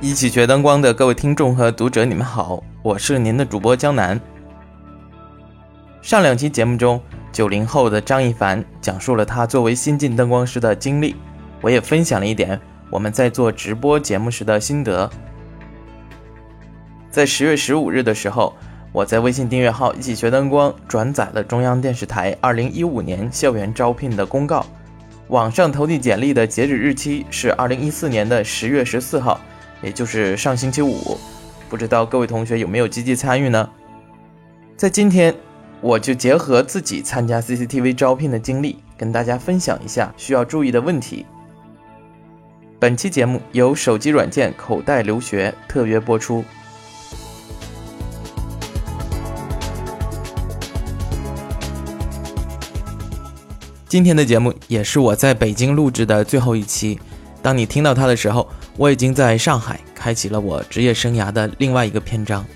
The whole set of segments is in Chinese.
一起学灯光的各位听众和读者，你们好，我是您的主播江南。上两期节目中，90后的张一凡讲述了他作为新晋灯光师的经历，我也分享了一点我们在做直播节目时的心得。在10月15日的时候，我在微信订阅号一起学灯光转载了中央电视台2015年校园招聘的公告，网上投递简历的截止日期是2014年的10月14号，也就是上星期五。不知道各位同学有没有积极参与呢？在今天我就结合自己参加 CCTV 招聘的经历，跟大家分享一下需要注意的问题。本期节目由手机软件口袋留学特约播出。今天的节目也是我在北京录制的最后一期，当你听到它的时候，我已经在上海开启了我职业生涯的另外一个篇章。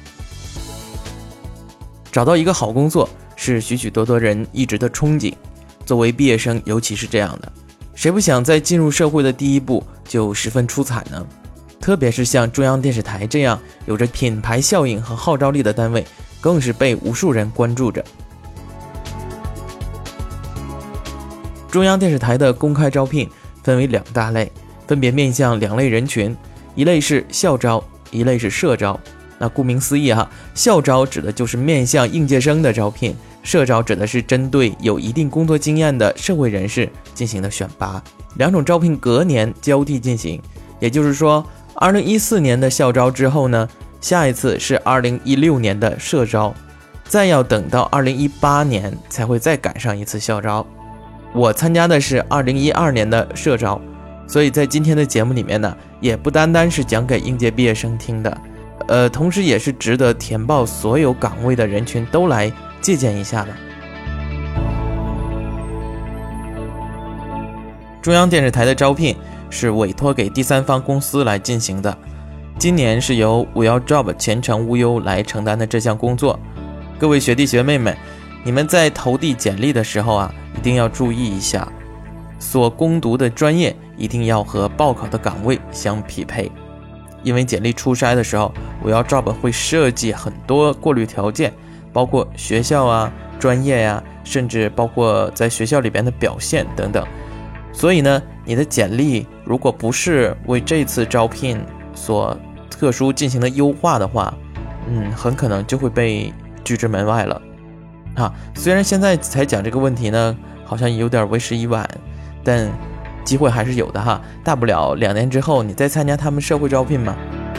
找到一个好工作是许许多多人一直的憧憬，作为毕业生尤其是这样的，谁不想在进入社会的第一步就十分出彩呢？特别是像中央电视台这样有着品牌效应和号召力的单位，更是被无数人关注着。中央电视台的公开招聘分为2大类，分别面向2类人群，一类是校招，一类是社招。那顾名思义校招指的就是面向应届生的招聘，社招指的是针对有一定工作经验的社会人士进行的选拔。2种招聘隔年交替进行，也就是说2014年的校招之后呢，下一次是2016年的社招，再要等到2018年才会再赶上一次校招。我参加的是2012年的社招，所以在今天的节目里面呢，也不单单是讲给应届毕业生听的，同时也是值得填报所有岗位的人群都来借鉴一下的。中央电视台的招聘是委托给第三方公司来进行的，今年是由51job 前程无忧来承担的这项工作。各位学弟学妹们，你们在投递简历的时候一定要注意一下，所攻读的专业一定要和报考的岗位相匹配。因为简历初筛的时候，51job 会设计很多过滤条件，包括学校专业甚至包括在学校里边的表现等等。所以呢，你的简历如果不是为这次招聘所特殊进行的优化的话，很可能就会被拒之门外了。虽然现在才讲这个问题呢，好像有点为时已晚，但机会还是有的大不了2年之后你再参加他们社会招聘嘛。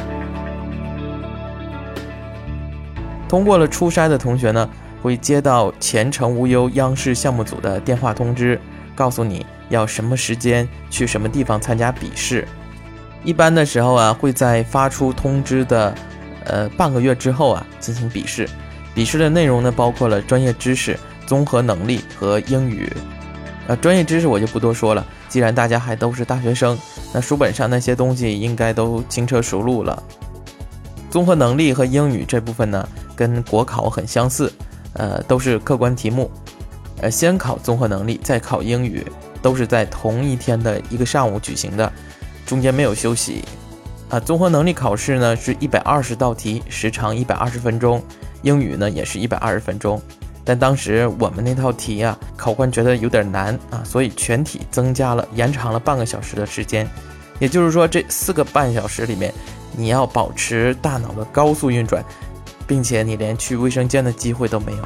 通过了初筛的同学呢，会接到前程无忧央视项目组的电话通知，告诉你要什么时间去什么地方参加笔试。一般的时候会在发出通知的半个月之后进行笔试。笔试的内容呢，包括了专业知识、综合能力和英语。专业知识我就不多说了，既然大家还都是大学生，那书本上那些东西应该都轻车熟路了。综合能力和英语这部分呢，跟国考很相似，都是客观题目。先考综合能力，再考英语，都是在同一天的一个上午举行的，中间没有休息。综合能力考试呢是120道题，时长120分钟。英语呢也是120分钟，但当时我们那套题考官觉得有点难所以全体延长了半个小时的时间。也就是说，这4个半小时里面，你要保持大脑的高速运转，并且你连去卫生间的机会都没有。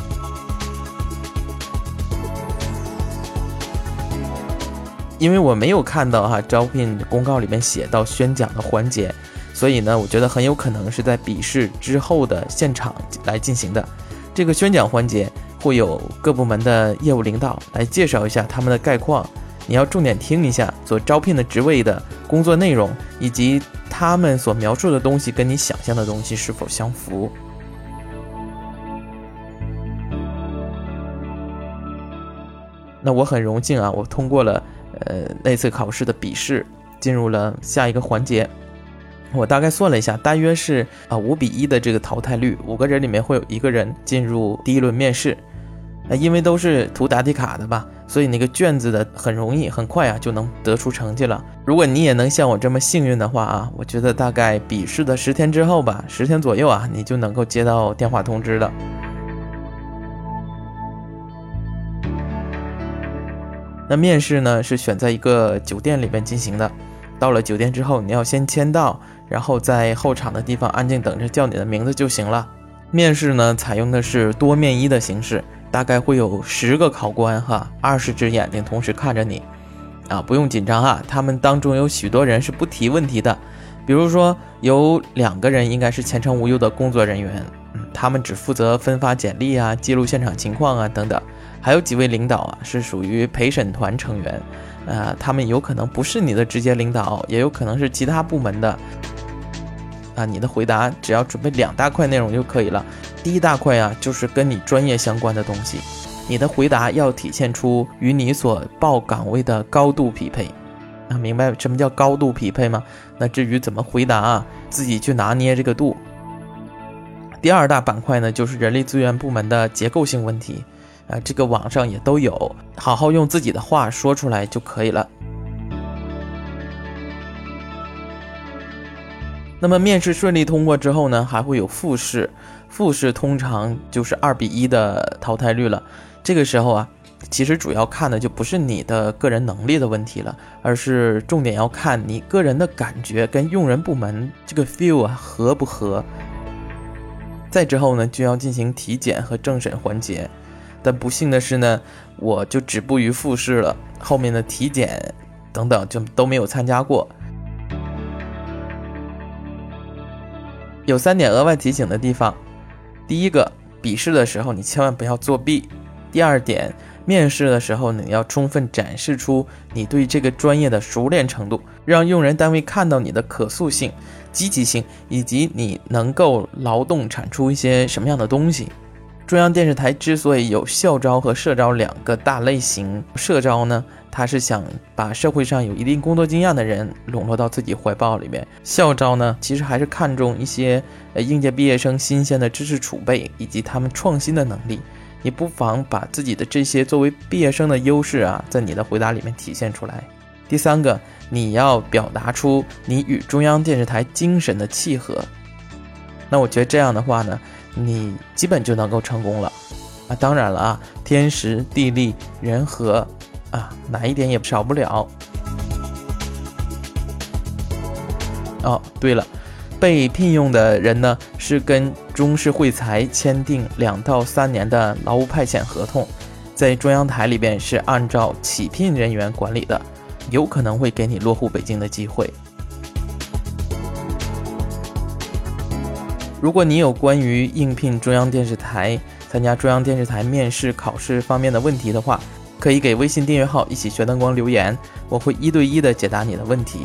因为我没有看到招聘公告里面写到宣讲的环节，所以呢，我觉得很有可能是在笔试之后的现场来进行的。这个宣讲环节会有各部门的业务领导来介绍一下他们的概况，你要重点听一下所招聘的职位的工作内容，以及他们所描述的东西跟你想象的东西是否相符。那我很荣幸我通过了那次考试的笔试，进入了下一个环节。我大概算了一下，大约是5比1的这个淘汰率，5个人里面会有1个人进入第一轮面试。因为都是图答题卡的吧， 所以那个卷子的很容易很快就能得出成绩了。如果你也能像我这么幸运的话我觉得大概笔试的10天之后吧，10天左右你就能够接到电话通知了。那面试呢是选在一个酒店里面进行的，到了酒店之后你要先签到，然后在候场的地方安静等着叫你的名字就行了。面试呢采用的是多面1的形式，大概会有10个考官20只眼睛同时看着你不用紧张他们当中有许多人是不提问题的，比如说有2个人应该是前程无忧的工作人员，他们只负责分发简历记录现场情况等等，还有几位领导是属于陪审团成员，他们有可能不是你的直接领导，也有可能是其他部门的你的回答只要准备2大块内容就可以了。第一大块就是跟你专业相关的东西，你的回答要体现出与你所报岗位的高度匹配。明白什么叫高度匹配吗？那至于怎么回答自己去拿捏这个度。第2大板块呢就是人力资源部门的结构性问题这个网上也都有，好好用自己的话说出来就可以了。那么面试顺利通过之后呢，还会有复试，复试通常就是2:1的淘汰率了。这个时候其实主要看的就不是你的个人能力的问题了，而是重点要看你个人的感觉跟用人部门这个 feel 合不合。再之后呢，就要进行体检和政审环节。但不幸的是呢，我就止步于复试了，后面的体检等等就都没有参加过。有3点额外提醒的地方。第一个，笔试的时候你千万不要作弊。第2点，面试的时候你要充分展示出你对这个专业的熟练程度，让用人单位看到你的可塑性、积极性，以及你能够劳动产出一些什么样的东西。中央电视台之所以有校招和社招2个大类型，社招呢，它是想把社会上有一定工作经验的人笼络到自己怀抱里面，校招呢其实还是看重一些应届毕业生新鲜的知识储备以及他们创新的能力。你不妨把自己的这些作为毕业生的优势在你的回答里面体现出来。第3个，你要表达出你与中央电视台精神的契合。那我觉得这样的话呢，你基本就能够成功了当然了天时地利人和哪一点也少不了。对了，被聘用的人呢是跟中视汇财签订2到3年的劳务派遣合同，在中央台里边是按照起聘人员管理的，有可能会给你落户北京的机会。如果你有关于应聘中央电视台、参加中央电视台面试考试方面的问题的话，可以给微信订阅号一起学灯光留言，我会1对1的解答你的问题。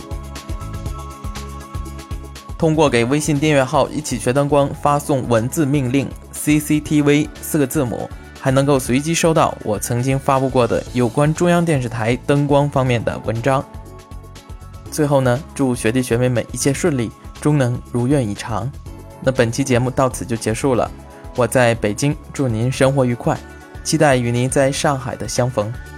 通过给微信订阅号一起学灯光发送文字命令 CCTV 4个字母，还能够随机收到我曾经发布过的有关中央电视台灯光方面的文章。最后呢，祝学弟学妹们一切顺利，终能如愿以偿。那本期节目到此就结束了，我在北京，祝您生活愉快，期待与您在上海的相逢。